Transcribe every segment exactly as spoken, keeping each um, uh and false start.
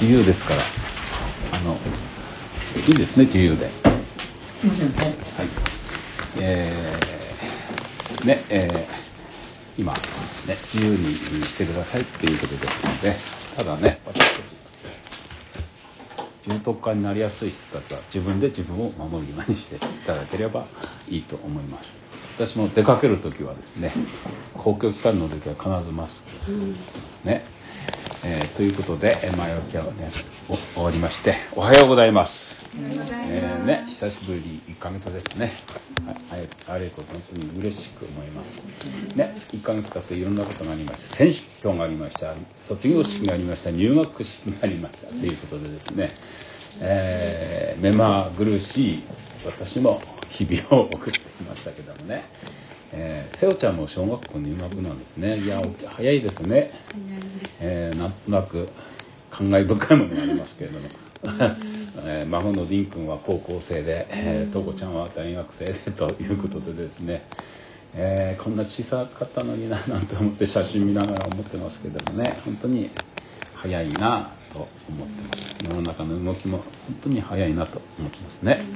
自由ですから、あのいいですね、自由で。はい、はい、えー、ね、えー、今ね自由にしてくださいっていうことですので、ただね、私たち重篤化になりやすい人たちは自分で自分を守るようにしていただければいいと思います。私も出かけるときはですね、公共機関の時は必ずマスクをしてますね。えー、ということで、前置きはね終わりまして、おはようございます。えー、ね、久しぶりいっかげつですね。あれこ本当に嬉しく思いますね。いっかげつ経っていろんなことがありました。選挙がありました、卒業式がありました、入学式がありましたということでですね、えー、目まぐるしい私も日々を送っていましたけどもね、えー、瀬尾ちゃんも小学校入学なんですね。いや早いですね。えー、なんとなく感慨深いものがありますけれども、えー、孫のディン君は高校生で、えー、トコちゃんは大学生でということでですね、えー、こんな小さかったのにななんて思って写真見ながら思ってますけどもね、本当に早いなと思ってます。世の中の動きも本当に早いなと思ってますね。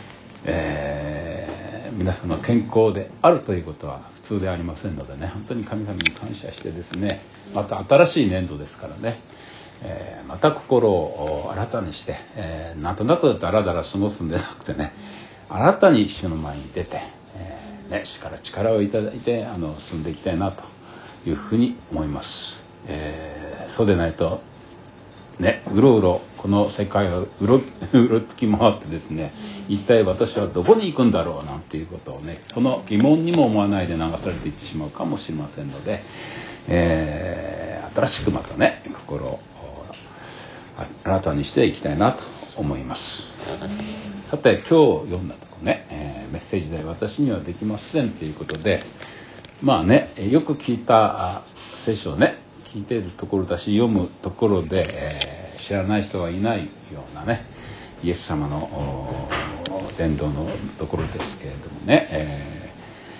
えー、皆様健康であるということは普通でありませんのでね、本当に神々に感謝してですね、また新しい年度ですからね、えー、また心を新たにして、えー、なんとなくダラダラ過ごすんでなくてね、新たに主の前に出て、えーね、主から力をいただいてあの進んでいきたいなというふうに思います。えー、そうでないとね、うろうろこの世界をうろうろつき回ってですね、一体私はどこに行くんだろうなんていうことをね、この疑問にも思わないで流されていってしまうかもしれませんので、えー、新しくまたね心を新たにしていきたいなと思います。さて今日読んだとこね、えー、メッセージで私にはできませんということで、まあね、よく聞いた聖書をね聞いているところだし、読むところで、えー、知らない人はいないようなね、イエス様の伝道のところですけれどもね、え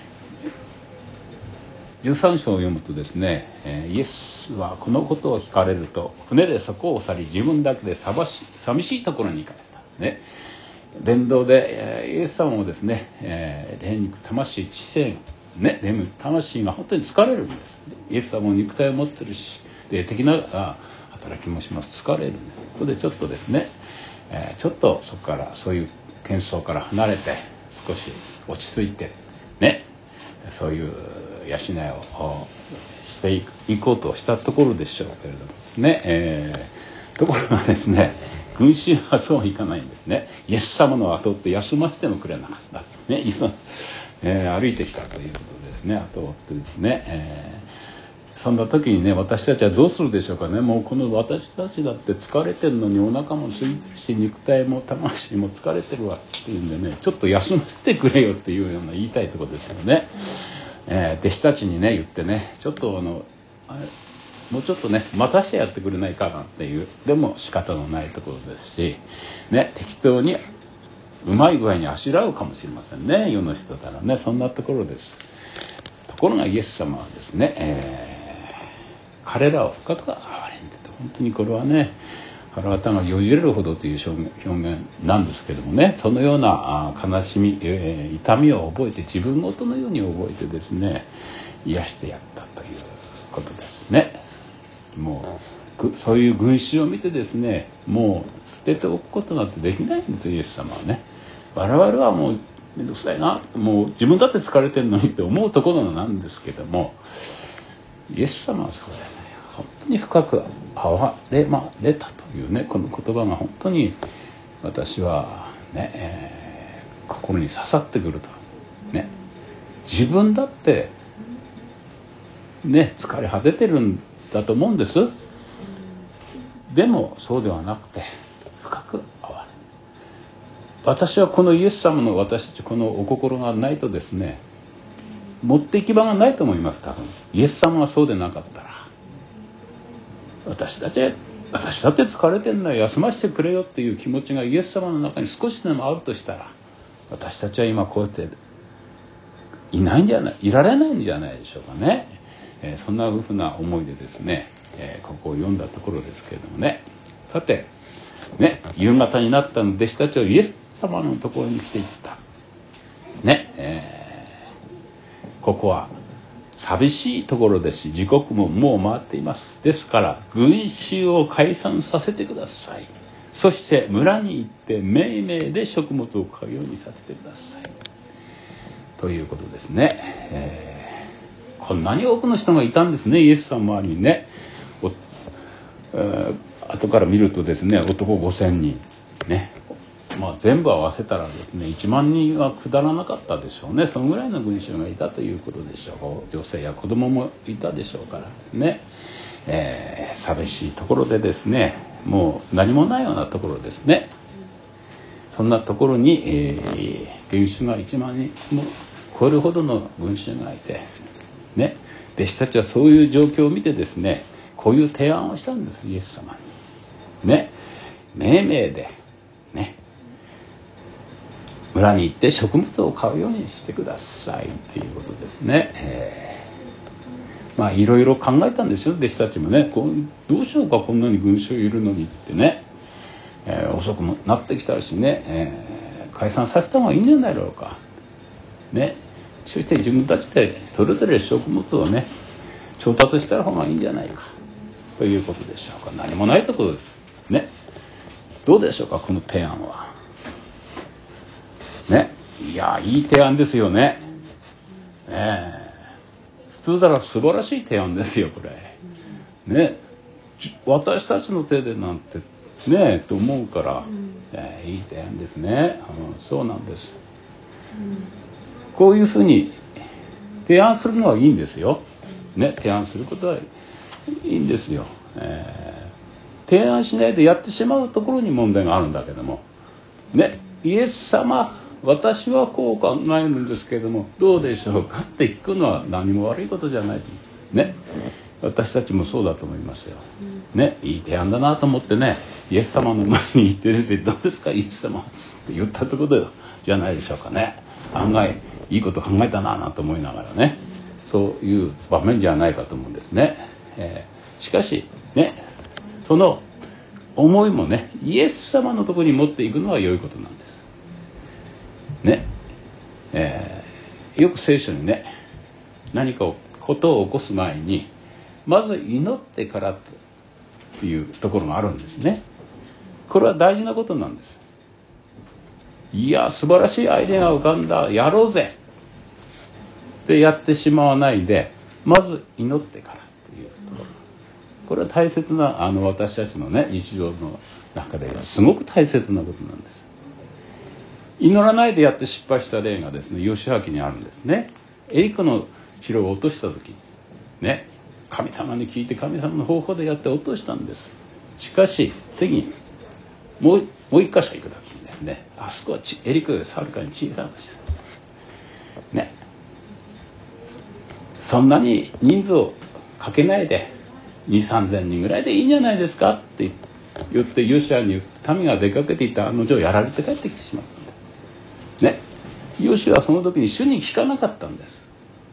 ー、じゅうさん章を読むとですね、えー、イエスはこのことを聞かれると船でそこを去り、自分だけで寂し寂しいところに行かれたね。伝道で、えー、イエス様もですね、えー、霊肉魂知性ね、でも魂が本当に疲れるんです。イエス様も肉体を持ってるし、霊的な働きもします。疲れるんです。ここでちょっとですね、えー、ちょっとそこからそういう喧騒から離れて少し落ち着いてね、そういう養いをしていこうとしたところでしょうけれどもですね、えー、ところがですね、群衆はそういかないんですね。イエス様の後って休ませてもくれなかったね、えー、歩いてきたということですね。後を追ってですね、えー、そんな時にね、私たちはどうするでしょうかね。もうこの私たちだって疲れてるのに、お腹も空いてるし、肉体も魂も疲れてるわっていうんでね、ちょっと休ませてくれよっていうような言いたいところですよね。えー、弟子たちにね言ってね、ちょっとあのあれもうちょっとね待たしてやってくれないかなっていう、でも仕方のないところですしね、適当にうまい具合にあしらうかもしれませんね、世の人だらね。そんなところです。ところがイエス様はですね、えー、彼らを深く憐れんでと、本当にこれはね腹渡がよじれるほどという表現なんですけどもね、そのような悲しみ、えー、痛みを覚えて、自分ごとのように覚えてですね、癒してやったということですね。もうそういう群衆を見てですね、もう捨てておくことなんてできないんですよ、イエス様はね。我々はもうめんどくさいな、もう自分だって疲れてるのにって思うところなんですけども、イエス様はそうだよね、本当に深く憐れまれたというね、この言葉が本当に私はね、えー、心に刺さってくるとね。自分だってね疲れ果ててるんだと思うんです。でもそうではなくて、深く憐れん。私はこのイエス様の私たちこのお心がないとですね、持って行き場がないと思います。多分イエス様がそうでなかったら、私たち私だって疲れてんのよ、休ませてくれよっていう気持ちがイエス様の中に少しでもあるとしたら、私たちは今こうやっていないんじゃない、いられないんじゃないでしょうかね。えー、そんなふうな思いでですね、えー、ここを読んだところですけれどもね、 さてね、夕方になったので弟子たちはイエス様のところに来ていったね、えー、ここは寂しいところですし時刻ももう回っています。ですから群衆を解散させてください。そして村に行ってめいめいで食物を買うようにさせてくださいということですね、えー、こんなに多くの人がいたんですね、イエス様の周りにね。お、えー、後から見るとですね、男ごせんにんね、まあ、全部合わせたらですねいちまんにんは下らなかったでしょうね。そのぐらいの群衆がいたということでしょう。女性や子供もいたでしょうからですね、えー、寂しいところでですね、もう何もないようなところですね。そんなところに、えー、群衆がいちまんにんも超えるほどの群衆がいて、ね、弟子たちはそういう状況を見てですね、こういう提案をしたんです、イエス様にね。めいめいでね、村に行って食物を買うようにしてくださいということですね、えー、まあいろいろ考えたんですよ、弟子たちもね。こうどうしようか、こんなに群衆いるのにってね、えー、遅くもなってきたしね、えー、解散させた方がいいんじゃないだろうかね。そして自分たちでそれぞれ食物をね調達した方がいいんじゃないかということでしょうか。何もないところですね。どうでしょうか、この提案はね。いやいい提案ですよね。ね、普通なら素晴らしい提案ですよこれね。私たちの手でなんてねと思うから、えー、いい提案ですね、うん、そうなんです、うん、こういうふうに提案するのはいいんですよ、ね、提案することはいいんですよ、えー、提案しないでやってしまうところに問題があるんだけどもね、イエス様私はこう考えるんですけれどもどうでしょうかって聞くのは何も悪いことじゃないね。私たちもそうだと思いますよ、ね、いい提案だなと思ってね、イエス様の前に行ってるんでどうですかイエス様って言ったところじゃないでしょうかね。案外いいこと考えたななんて思いながらね、そういう場面じゃないかと思うんですね、えー、しかしね、その思いもねイエス様のところに持っていくのは良いことなんですね、えー、よく聖書にね、何かことを起こす前にまず祈ってからっていうところがあるんですね。これは大事なことなんです。いや素晴らしいアイデアが浮かんだ、やろうぜってやってしまわないで、まず祈ってからっていうところ、これは大切な、あの私たちのね日常の中ですごく大切なことなんです。祈らないでやって失敗した例がですね、ヨシュア記にあるんですね。エリコの城を落とした時ね、神様に聞いて神様の方法でやって落としたんです。しかし次もうもう一箇所行く時にね、あそこはエリコよりはるかに小さな町だね。そんなに人数をかけないでにさんぜんにんぐらいでいいんじゃないですかって言ってヨシュアに言って民が出かけていった案の定やられて帰ってきてしまったんですね。ヨシュはその時に主に聞かなかったんです。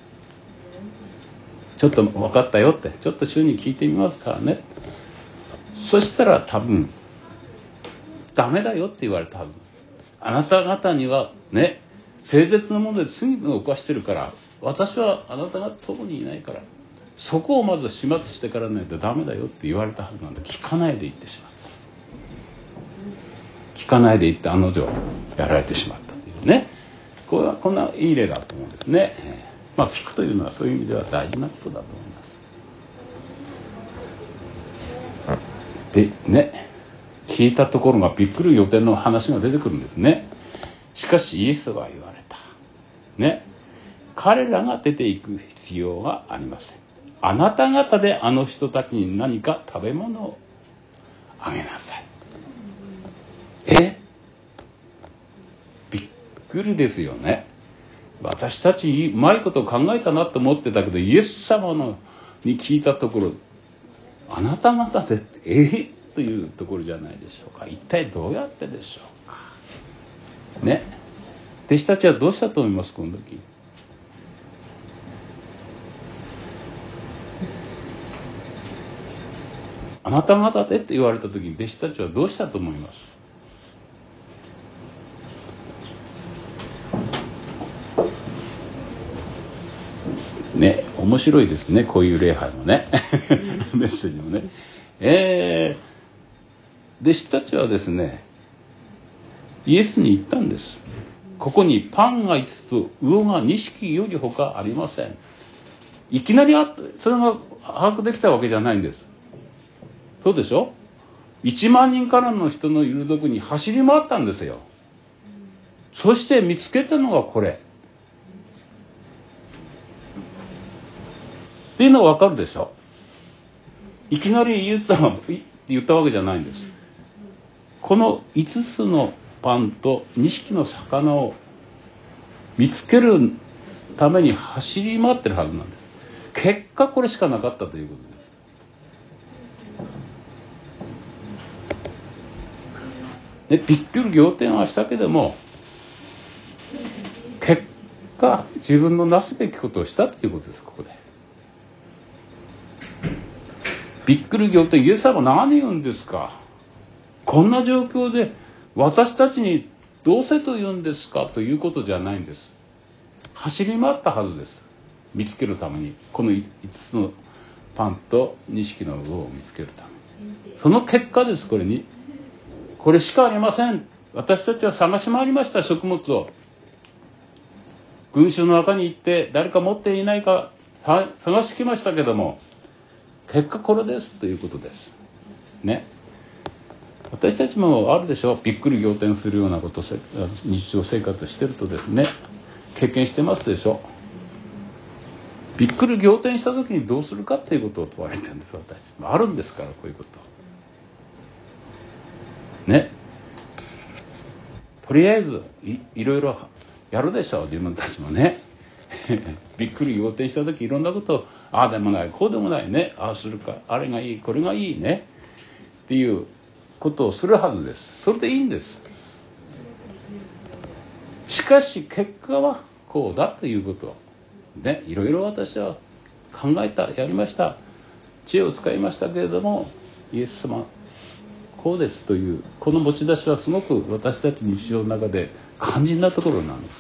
ちょっと分かったよって、ちょっと主に聞いてみますからね。そしたら多分ダメだよって言われたはず。あなた方にはね誠実なもので罪を犯してるから、私はあなたが共にいないから、そこをまず始末してからないとダメだよって言われたはずなんで、聞かないで言ってしまった。聞かないで言って案の定やられてしまったというね、これはこんないい例だと思うんですね。まあ聞くというのはそういう意味では大事なことだと思います。でね、聞いたところがびっくり予定の話が出てくるんですね。しかしイエスは言われたね、彼らが出ていく必要はありません。あなた方であの人たちに何か食べ物をあげなさい。えびっくりですよね。私たちうまいこと考えたなと思ってたけど、イエス様のに聞いたところ、あなた方でえー、というところじゃないでしょうか。一体どうやってでしょうかね。弟子たちはどうしたと思います？この時あなた方でって言われた時に弟子たちはどうしたと思います？ね、面白いですね、こういう礼拝もねメッセージもね。えー、弟子たちはですね、イエスに言ったんです。ここにパンがいつつと魚がに匹より他ありません。いきなりあった、それが把握できたわけじゃないんです。そうでしょ。いちまん人からの人のいるとこに走り回ったんですよ。そして見つけたのがこれっていうのが分かるでしょ。いきなりイエス様が言ったわけじゃないんです。このいつつのパンとに匹の魚を見つけるために走り回ってるはずなんです。結果これしかなかったということです。でびっくり仰天はしたけども、結果自分のなすべきことをしたということです。ここでびっくり仰天、イエス様何言うんですか、こんな状況で私たちにどうせと言うんですかということじゃないんです。走り回ったはずです。見つけるために、このいつつのパンとに匹の魚を見つけるために。その結果です。これにこれしかありません。私たちは探し回りました。食物を群衆の中に行って誰か持っていないか探してきましたけども、結果これですということですね。私たちもあるでしょ。びっくり仰天するようなことを日常生活してるとですね、経験してますでしょ。びっくり仰天した時にどうするかということを問われてるんです。私たちもあるんですから、こういうことね。とりあえず い, いろいろやるでしょう、自分たちもねびっくり仰天した時いろんなことを、ああでもないこうでもないね、ああするか、あれがいいこれがいいねっていうことをするはずです。それでいいんです。しかし結果はこうだということで、いろいろ私は考えた、やりました、知恵を使いましたけれども、イエス様こうですというこの持ち出しはすごく私たち日常の中で肝心なところなんです。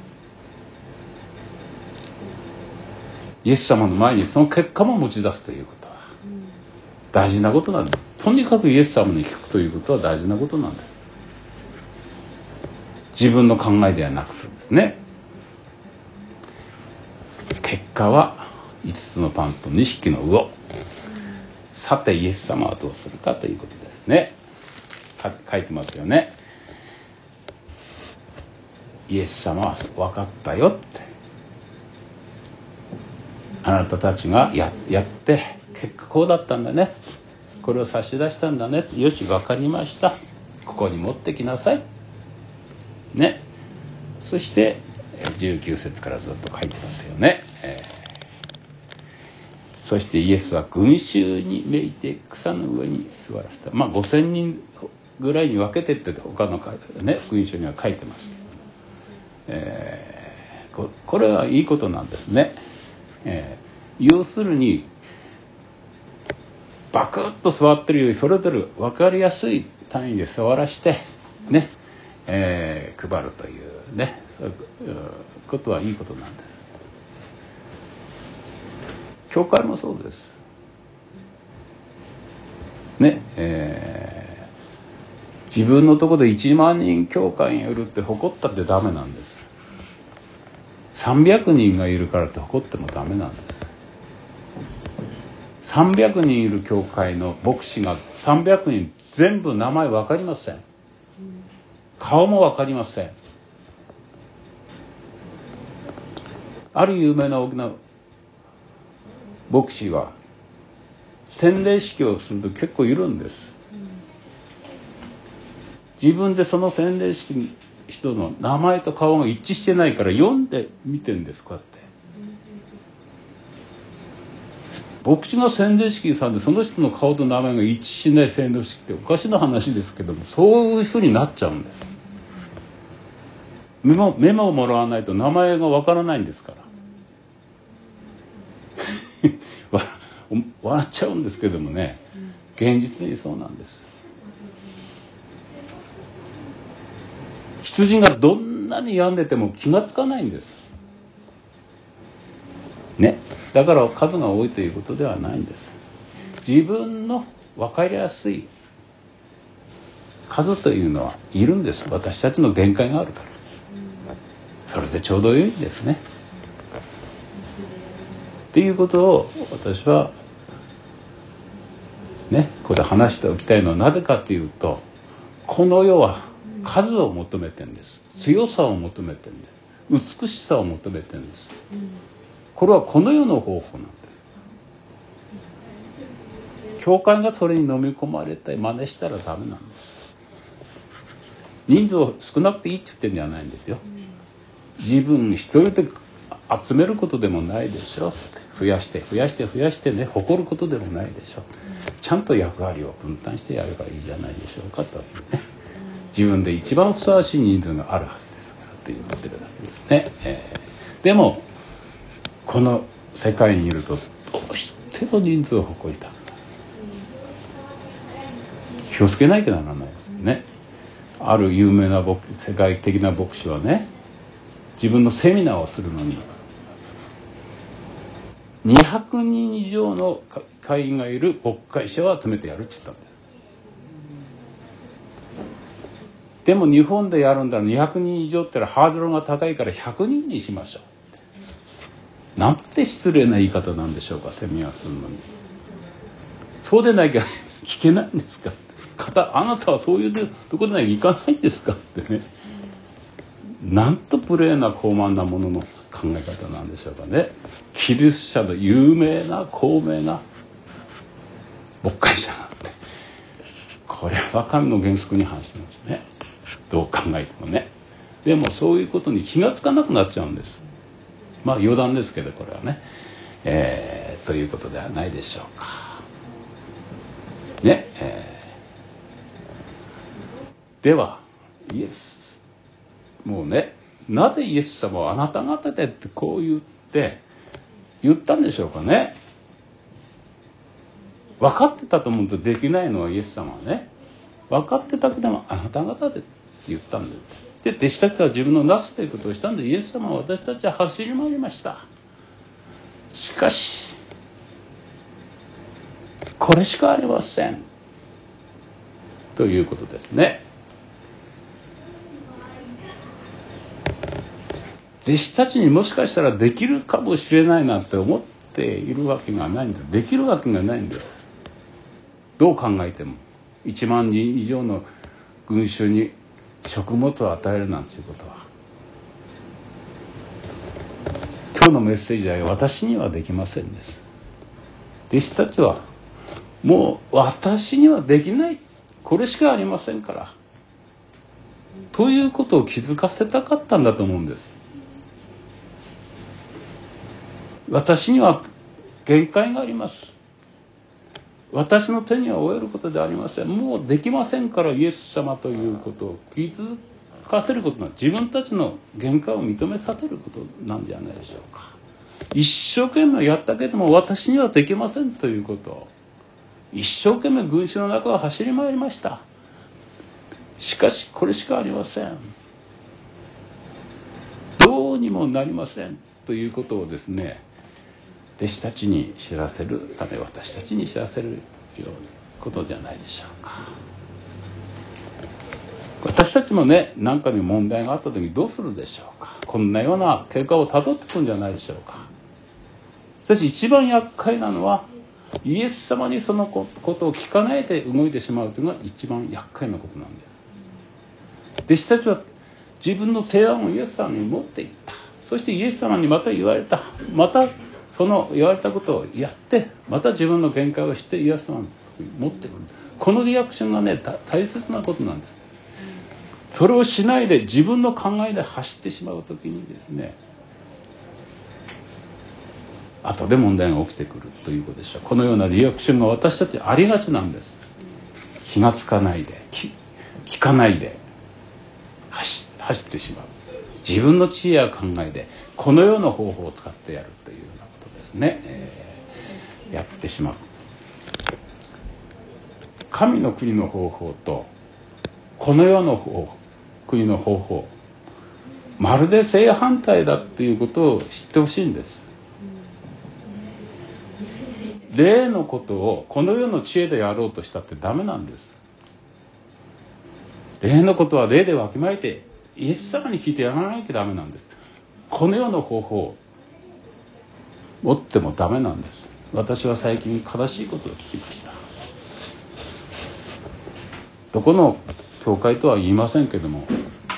イエス様の前にその結果も持ち出すということは大事なことなんです。とにかくイエス様に聞くということは大事なことなんです。自分の考えではなくてですね。結果はいつつのパンとに匹の魚。さてイエス様はどうするかということですね。書いてますよね。イエス様は分かったよって、あなたたちが や, やって結果こうだったんだね、これを差し出したんだね、よし分かりました、ここに持ってきなさいね。そしてじゅうきゅう節からずっと書いてますよね、えー、そしてイエスは群衆にめいて草の上に座らせた。まあごせんにんぐらいに分けてって他の、ね、福音書には書いてますけど、えー、こ, これはいいことなんですね。えー、要するにバクッと座ってるよりそれぞれ分かりやすい単位で座らしてね、えー、配るというね、そういうことはいいことなんです。教会もそうですね、えー、自分のところでいちまんにん教会にいるって誇ったってダメなんです。さんびゃくにんがいるからって誇ってもダメなんです。さんびゃくにんいる教会の牧師がさんびゃくにん全部名前分かりません。顔も分かりません。ある有名な大きな牧師は洗礼式をすると結構いるんです。自分でその洗礼式の人の名前と顔が一致してないから読んで見てるんです。こうやって牧師が洗礼式さんでその人の顔と名前が一致しない洗礼式っておかしな話ですけども、そういう人になっちゃうんです。メモ、メモをもらわないと名前がわからないんですから笑っちゃうんですけどもね、 現実にそうなんです。羊がどんなに病んでても気がつかないんですね。だから数が多いということではないんです。自分の分かりやすい数というのはいるんです。私たちの限界があるから、それでちょうど良いんですねっていうことを私はね、ここで話しておきたいのはなぜかというと、この世は数を求めてるんです。強さを求めてるんです。美しさを求めてるんです。これはこの世の方法なんです。教会がそれに飲み込まれて真似したらダメなんです。人数を少なくていいって言ってるんじゃないんですよ。自分一人で集めることでもないでしょ。増やして増やして増やしてね、誇ることでもないでしょ。ちゃんと役割を分担してやればいいじゃないでしょうかというね。自分で一番ふさわしい人数があるはずですからって言ってるわけですね、えー、でもこの世界にいるとどうしても人数を誇りたくなる。気をつけなきゃならないですよね。ある有名な牧世界的な牧師はね、自分のセミナーをするのににひゃくにん以上の会員がいる牧会者を集めてやるって言ったんです。でも日本でやるんだらにひゃくにん以上ってのはハードルが高いからひゃくにんにしましょう。なんて失礼な言い方なんでしょうか、セミナーするのに。そうでなきゃ聞けないんですか。あなたはそういうところに行かないんですかってね。なんと無礼な高慢なものの考え方なんでしょうかね。キリスト者の有名な高名な牧会者なんて、これは神の原則に反してますね。どう考えてもね。でもそういうことに気がつかなくなっちゃうんです。まあ余談ですけどこれはね、えー、ということではないでしょうかね、えー、ではイエスもうね、なぜイエス様はあなた方でってこう言って言ったんでしょうかね。分かってたと思うとできないのはイエス様はね、分かってたけどもあなた方でって言ったんだよ。で弟子たちは自分のなすということをしたんで、イエス様は私たちは走り回りました。しかしこれしかありませんということですね。弟子たちにもしかしたらできるかもしれないなって思っているわけがないんです。できるわけがないんです。どう考えてもいちまんにん以上の群衆に食物を与えるなんていうことは、今日のメッセージは私にはできませんです。弟子たちはもう私にはできない、これしかありませんからということを気づかせたかったんだと思うんです。私には限界があります。私の手には負えることではありません。もうできませんから、イエス様ということを気づかせることは自分たちの限界を認めさせることなんじゃないでしょうか。一生懸命やったけども私にはできませんということを、一生懸命群衆の中を走り回りました。しかしこれしかありません、どうにもなりませんということをですね、弟子たちに知らせるため、私たちに知らせるようなことじゃないでしょうか。私たちもね、何かに問題があった時どうするでしょうか。こんなような経過をたどってくるんじゃないでしょうか。しかし一番厄介なのはイエス様にそのことを聞かないで動いてしまうというのが一番厄介なことなんです。弟子たちは自分の提案をイエス様に持っていった。そしてイエス様にまた言われた。またその言われたことをやって、また自分の限界を知ってイエス様に持ってくる。このリアクションがね、大切なことなんです。それをしないで自分の考えで走ってしまうときにですね、後で問題が起きてくるということでしょう。このようなリアクションが私たちありがちなんです。気がつかないで、聞かないで走、走ってしまう。自分の知恵や考えでこのような方法を使ってやるというようなことですね、えー、やってしまう。 神の国の方法とこの世の方国の方法、まるで正反対だっていうことを知ってほしいんです。霊のことをこの世の知恵でやろうとしたってダメなんです。霊のことは霊でわきまえてイエス様に聞いてやらなきゃダメなんです。この世の方法を持ってもダメなんです。私は最近悲しいことを聞きました。どこの教会とは言いませんけども、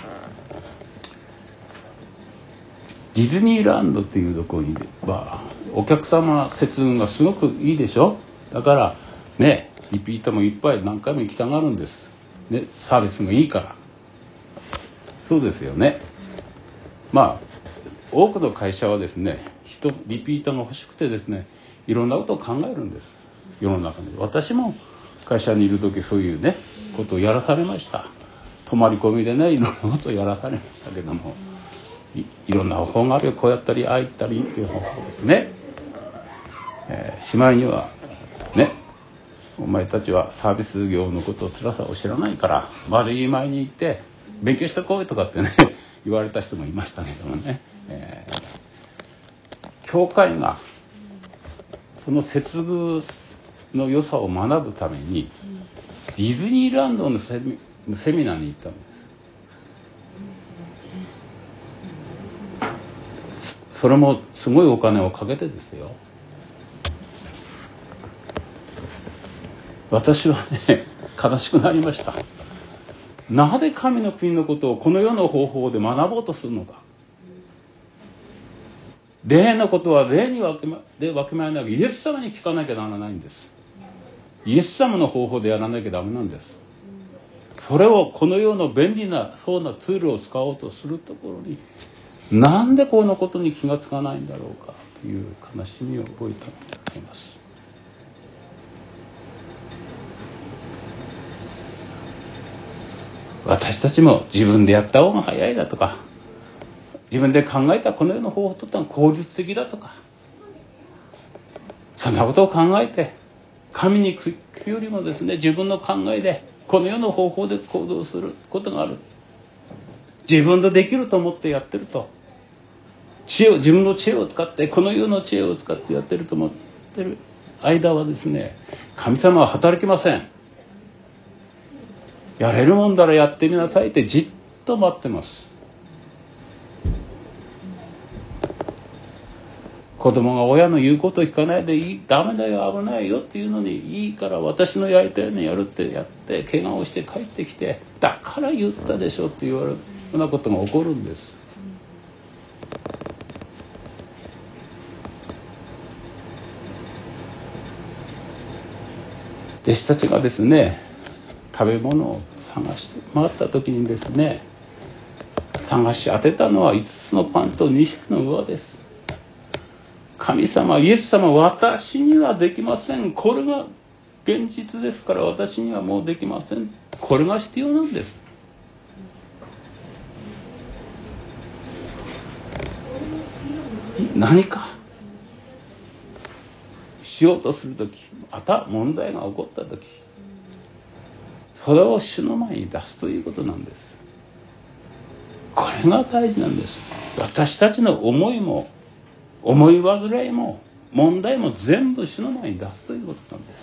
ディズニーランドというところにはお客様接遇がすごくいいでしょ。だからね、リピーターもいっぱい何回も行きたがるんです、ね、サービスもいいから。そうですよね。まあ多くの会社はですね、人リピーターが欲しくてですね、いろんなことを考えるんです世の中で。私も会社にいる時そういうねことをやらされました。泊まり込みでねいろんなことをやらされましたけども、い, いろんな方法があるよ。こうやったりああいったりっていう方法ですね。えー、しまいにはね、お前たちはサービス業のことを辛さを知らないから丸い前に行って勉強してこいとかってね言われた人もいましたけどもね、えー、教会がその接遇の良さを学ぶためにディズニーランドのセミ、セミナーに行ったんです。それもすごいお金をかけてですよ。私はね悲しくなりました。なぜ神の国のことをこの世の方法で学ぼうとするのか。霊のことは霊にわきまでわきまえなきゃイエス様に聞かなきゃならないんです。イエス様の方法でやらなきゃダメなんです。それをこの世の便利なそうなツールを使おうとするところに、なんでこのことに気がつかないんだろうかという悲しみを覚えたのであります。私たちも自分でやった方が早いだとか、自分で考えたこの世の方法とってのは効率的だとか、そんなことを考えて神に聞くよりもですね、自分の考えでこの世の方法で行動することがある。自分でできると思ってやってると、知恵を自分の知恵を使ってこの世の知恵を使ってやってると思ってる間はですね、神様は働きません。やれるもんだらやってみなさいってじっと待ってます。子供が親の言うことを聞かないでいい、ダメだよ危ないよっていうのに、いいから私のやりたいようにやるってやって怪我をして帰ってきて、だから言ったでしょって言われるようなことが起こるんです。弟子たちがですね、食べ物を探して回った時にですね、探し当てたのはいつつのパンとにひきの魚です。神様、イエス様、私にはできません。これが現実ですから私にはもうできません。これが必要なんです。何かしようとするとき、また問題が起こったとき、それを主の前に出すということなんです。これが大事なんです。私たちの思いも思い煩いも問題も全部主の前に出すということなんです。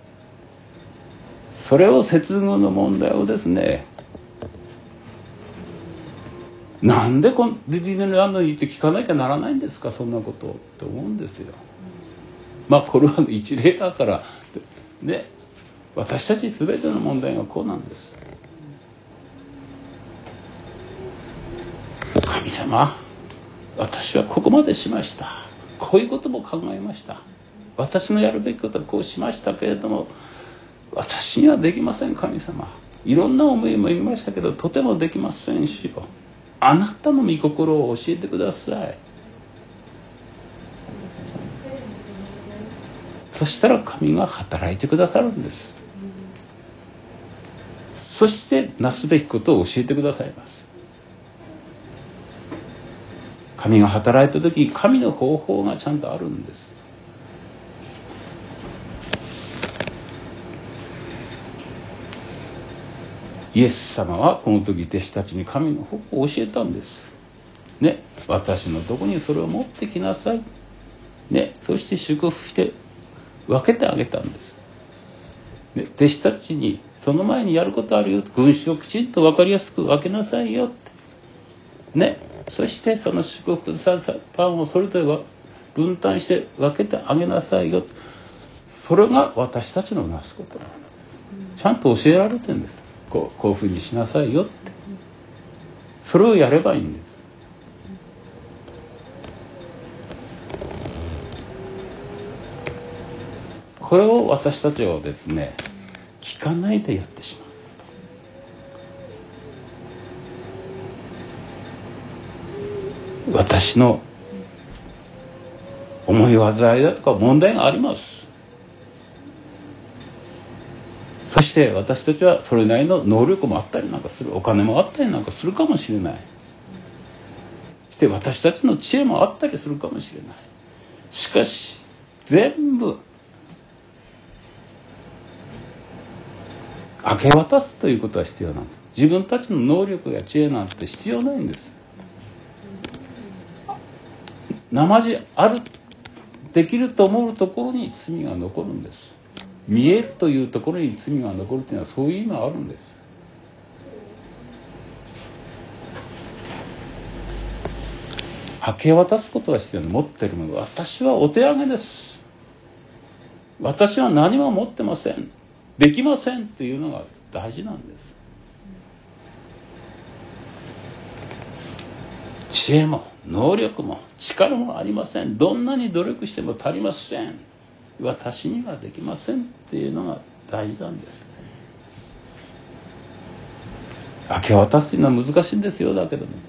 それを接遇の問題をですね、なんでこのディズニーランドに行って聞かなきゃならないんですか、そんなことをって思うんですよ。まあこれは一例だからね、私たち全ての問題がこうなんです。神様、私はここまでしました。こういうことも考えました。私のやるべきことはこうしましたけれども、私にはできません。神様、いろんな思いも言いましたけど、とてもできませんしよ。あなたの御心を教えてください。そしたら神が働いてくださるんです。そしてなすべきことを教えてくださいます。神が働いた時、神の方法がちゃんとあるんです。 イエス様はこの時弟子たちに神の方を教えたんですね。私のとこにそれを持ってきなさいね。そして祝福して分けてあげたんです、ね、弟子たちにその前にやることあるよ、群衆をきちんと分かりやすく分けなさいよってね。そしてその祝福されたパンをそれぞれ分担して分けてあげなさいよ。それが私たちのなすことなんです。ちゃんと教えられてるんです。こう、こういうふうにしなさいよって。それをやればいいんです。これを私たちはですね、聞かないでやってしまう。私の思い煩いだとか問題があります。そして私たちはそれなりの能力もあったりなんかする、お金もあったりなんかするかもしれない。そして私たちの知恵もあったりするかもしれない。しかし全部明け渡すということは必要なんです。自分たちの能力や知恵なんて必要ないんです。生地あるできると思うところに罪が残るんです。見えるというところに罪が残るというのはそういう意味があるんです。明け渡すことが必要に持っているもの、私はお手上げです、私は何も持ってません、できませんというのが大事なんです。知恵も能力も力もありません、どんなに努力しても足りません、私にはできませんっていうのが大事なんです。明け渡すというのは難しいんですよ。だけどね、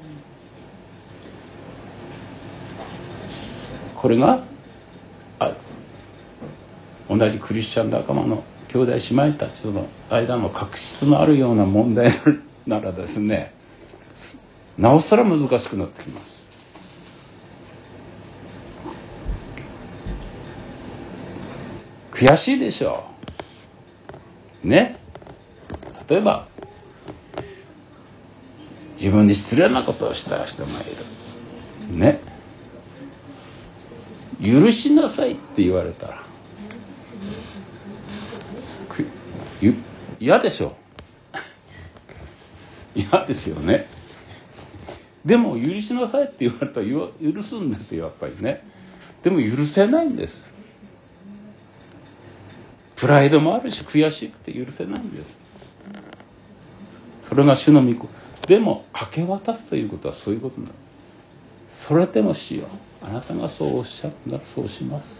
これがあ同じクリスチャン仲間の兄弟姉妹たちとの間の確執のあるような問題ならですね、なおさら難しくなってきます。悔しいでしょうね。例えば自分に失礼なことをした人がいるね、許しなさいって言われたら嫌でしょ嫌ですよね。でも許しなさいって言われたら許すんですよ、やっぱりね。でも許せないんです。プライドもあるし悔しくて許せないんです。それが主の御子でも明け渡すということはそういうことなの。それでも主よ、あなたがそうおっしゃるならそうします。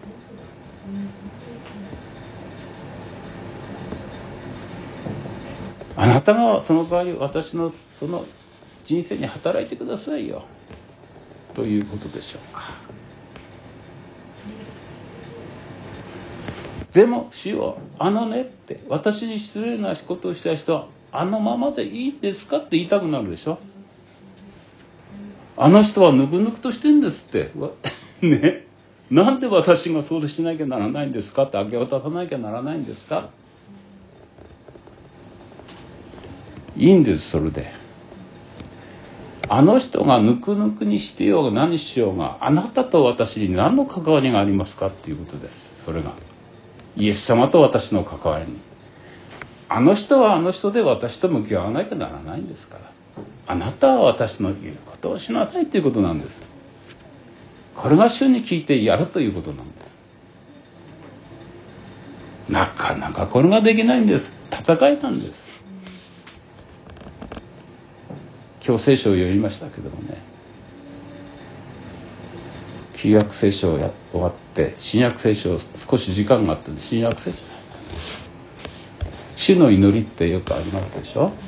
あなたがその代わり私のその人生に働いてくださいよということでしょうか。でも主よ、あのねって私に失礼なことをした人はあのままでいいんですかって言いたくなるでしょ。あの人はぬくぬくとしてんですってね、なんで私がそうしなきゃならないんですかって、明け渡さなきゃならないんですか。いいんです。それであの人がぬくぬくにしてようが何しようが、あなたと私に何の関わりがありますかっていうことです。それがイエス様と私の関わりに、あの人はあの人で私と向き合わなきゃならないんですから、あなたは私の言うことをしなさいということなんです。これが主に聞いてやるということなんです。なかなかこれができないんです。戦いなんです。今日聖書を読みましたけどもね、旧約聖書をや終わって新約聖書を少し時間があって新約聖書に入った。主の祈りってよくありますでしょ。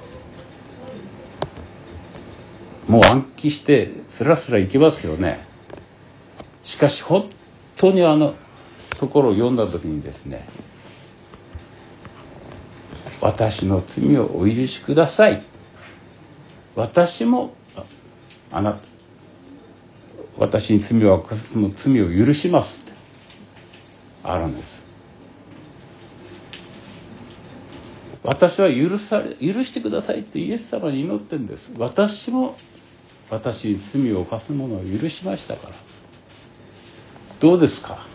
もう暗記してスラスラいきますよね。しかし本当にあのところを読んだ時にですね、私の罪をお許しください、私もあなた私に罪を犯すの罪を許しますってあるんです。 私は許され許してくださいってイエス様に祈ってるんです。私も私に罪を犯す者を許しましたから。どうですか？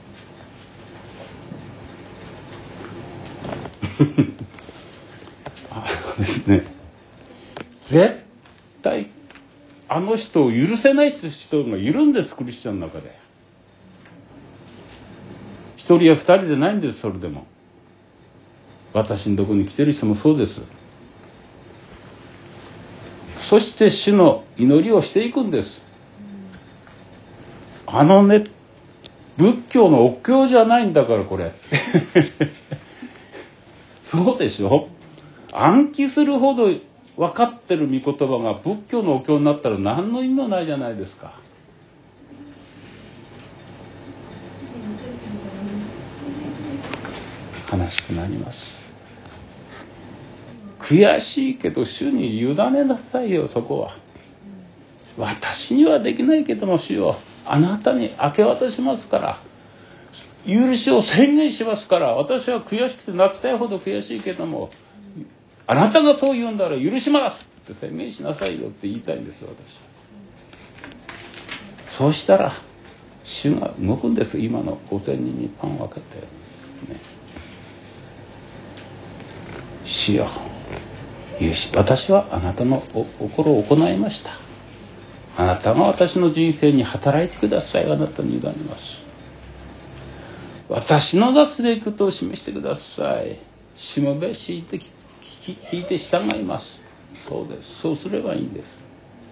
あのですね、絶対あの人を許せない人がいるんです、クリスチャンの中で。一人や二人でないんです。それでも私のところに来てる人もそうです。そして主の祈りをしていくんです。あのね、仏教のお経じゃないんだからこれそうでしょ。暗記するほど分かってる御言葉が仏教のお経になったら何の意味もないじゃないですか。悲しくなります。悔しいけど主に委ねなさいよ。そこは私にはできないけども主よ、あなたに明け渡しますから、許しを宣言しますから、私は悔しくて泣きたいほど悔しいけども、あなたがそう言うんだら許しますって宣言しなさいよって言いたいんですよ、私は。そうしたら主が動くんです。今のごせんにんにパンを分けて、ね、主よ、私はあなたのお心を行いました。あなたが私の人生に働いてください。あなたに委ねます。私の出すべきことを示してください。しもべしいて聞いて従います。そうです。そうすればいいんです。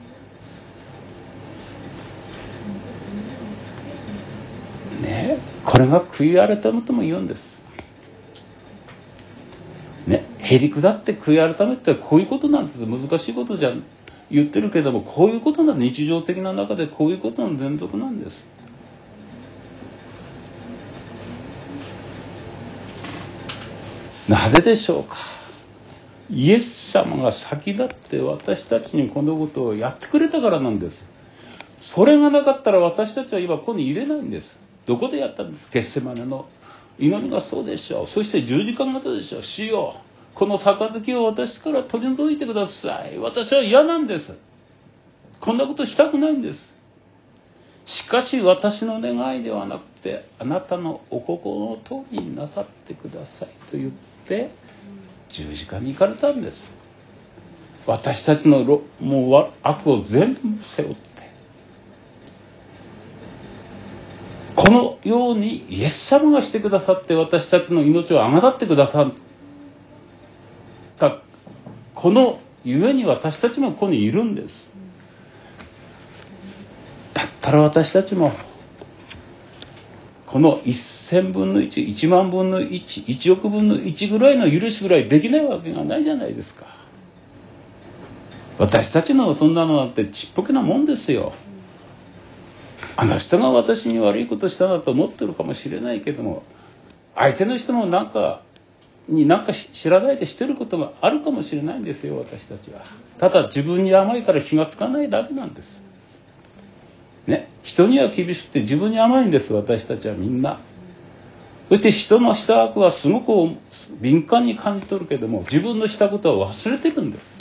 ね、これが悔い改めとも言うんです。ね、へりくだって悔い改めってこういうことなんです。難しいことじゃ言ってるけども、こういうことなんです。日常的な中でこういうことの連続なんです。なぜでしょうか。イエス様が先立って私たちにこのことをやってくれたからなんです。それがなかったら私たちは今ここに入れないんです。どこでやったんです？ゲッセマネの祈りがそうでしょう。そして十字架型でしょう。主よ、この杯を私から取り除いてください。私は嫌なんです。こんなことしたくないんです。しかし私の願いではなくて、あなたのお心の通りになさってくださいと言って十字架に行かれたんです。私たちのもう悪を全部背負って、このようにイエス様がしてくださって、私たちの命をあがなってくださったこのゆえに私たちもここにいるんです。だったら私たちもこの一千分の一、一万分の一、一億分の一ぐらいの許しぐらいできないわけがないじゃないですか。私たちのそんなのなんてちっぽけなもんですよ。あの人が私に悪いことしたなと思ってるかもしれないけども、相手の人もなんかになんか知らないでしてることがあるかもしれないんですよ。私たちはただ自分に甘いから気がつかないだけなんですね。人には厳しくて自分に甘いんです。私たちはみんな。そして人のした悪はすごく敏感に感じ取るけども、自分のしたことは忘れてるんです。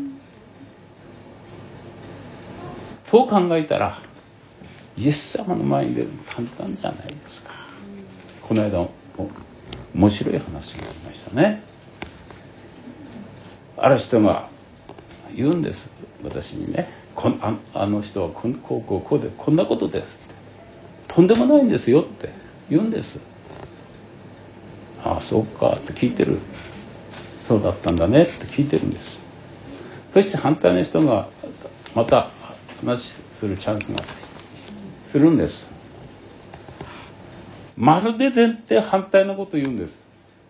そう考えたらイエス様の前に出るの簡単じゃないですか。この間面白い話がありましたね。ある人が言うんです、私にね。こん あ, あの人はこうこうこうこうでこんなことですって。とんでもないんですよって言うんです。ああそうかって聞いてる。そうだったんだねって聞いてるんです。そして反対の人がまた話するチャンスがするんです。まるで前提反対のことを言うんです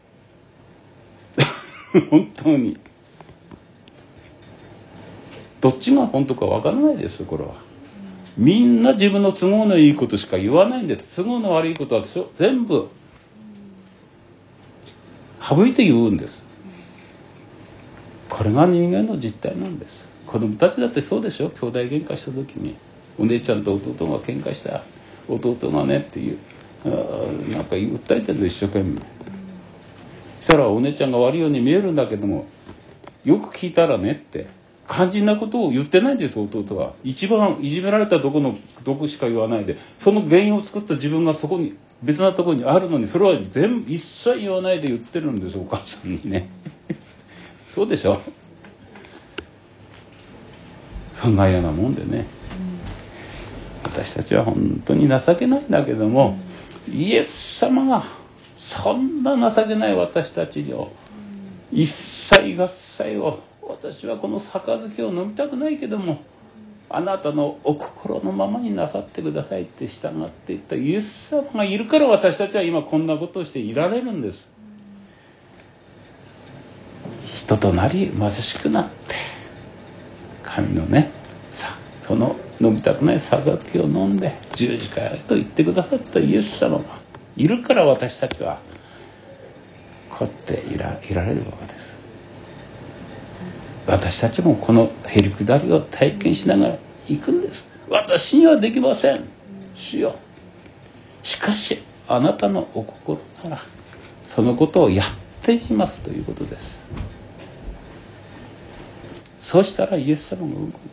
本当にどっちが本当かわからないですよ。これはみんな自分の都合のいいことしか言わないんです。都合の悪いことは全部省いて言うんです。これが人間の実態なんです。子供たちだってそうでしょ。兄弟喧嘩した時にお姉ちゃんと弟が喧嘩した、弟がねっていうなんか訴えてるの一生懸命。 したらお姉ちゃんが悪いように見えるんだけども、よく聞いたらねって肝心なことを言ってないんです。弟は一番いじめられたとこのとこしか言わないで、その原因を作った自分がそこに別なところにあるのに、それは全部一切言わないで言ってるんです、お母さんにねそうでしょ。そんなようなもんでね、私たちは本当に情けないんだけども、イエス様がそんな情けない私たちを一切合切を、私はこの杯を飲みたくないけどもあなたのお心のままになさってくださいって従っていったイエス様がいるから、私たちは今こんなことをしていられるんです。人となり貧しくなって神のね、その飲みたくない杯を飲んで十字架へと言ってくださったイエス様がいるから、私たちはこうやってい ら, いられるわけです。私たちもこのへりくだりを体験しながら行くんです。私にはできません、主よ。しかしあなたのお心ならそのことをやってみますということです。そうしたらイエス様が動くんです。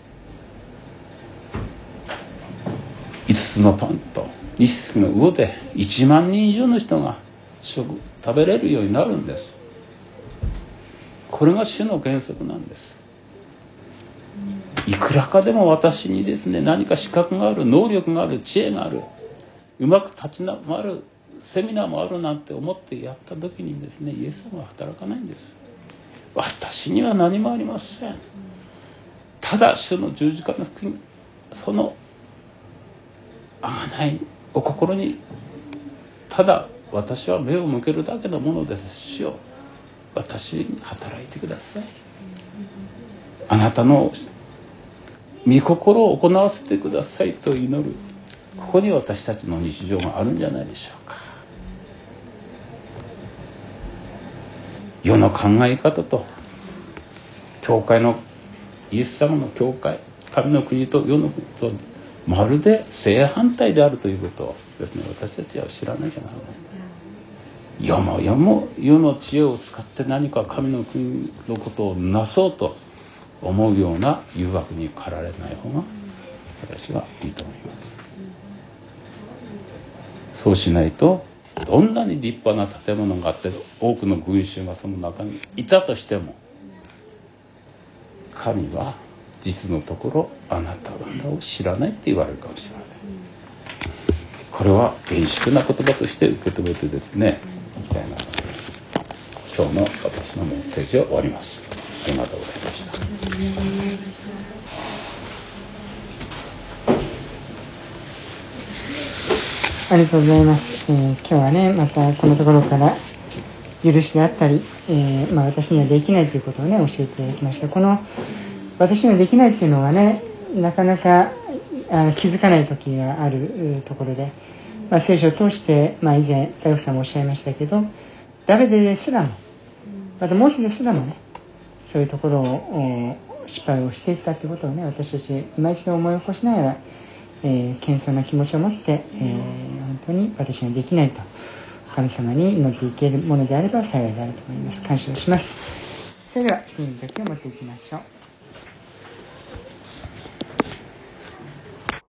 五つのパンと二匹の魚で一万人以上の人が食食べれるようになるんです。これが主の原則なんです。いくらかでも私にですね、何か資格がある、能力がある、知恵がある、うまく立ち回るセミナーもあるなんて思ってやった時にですね、イエス様は働かないんです。私には何もありません。ただ主の十字架の福音、その贖いお心にただ私は目を向けるだけのものです。主よ、私に働いてください。あなたの御心を行わせてくださいと祈る、ここに私たちの日常があるんじゃないでしょうか。世の考え方と教会のイエス様の教会、神の国と世の国とまるで正反対であるということをですね、私たちは知らなきゃならないんです。世も世も世の知恵を使って何か神の国のことをなそうと思うような誘惑に駆られない方が私はいいと思います。そうしないと、どんなに立派な建物があって多くの群衆がその中にいたとしても、神は実のところあなた方を知らないって言われるかもしれません。これは厳粛な言葉として受け止めてですね、いきたいなと思います。今日の私のメッセージを終わります。ありがとうございました。 ありがとうございます。えー、今日はね、またこのところから許しであったり、えーまあ、私にはできないということをね教えていただきました。この私にはできないっていうのがね、なかなかあ気づかない時があるところで、まあ、聖書を通して、まあ、以前大夫さんもおっしゃいましたけど、ダビデですらも、またモーセですらもね、そういうところを失敗をしていったということをね、私たち今一度思い起こしながら、えー、謙遜な気持ちを持って、えー、本当に私にはできないと神様に祈っていけるものであれば幸いであると思います。感謝をします。それではティーンだけを持っていきましょう。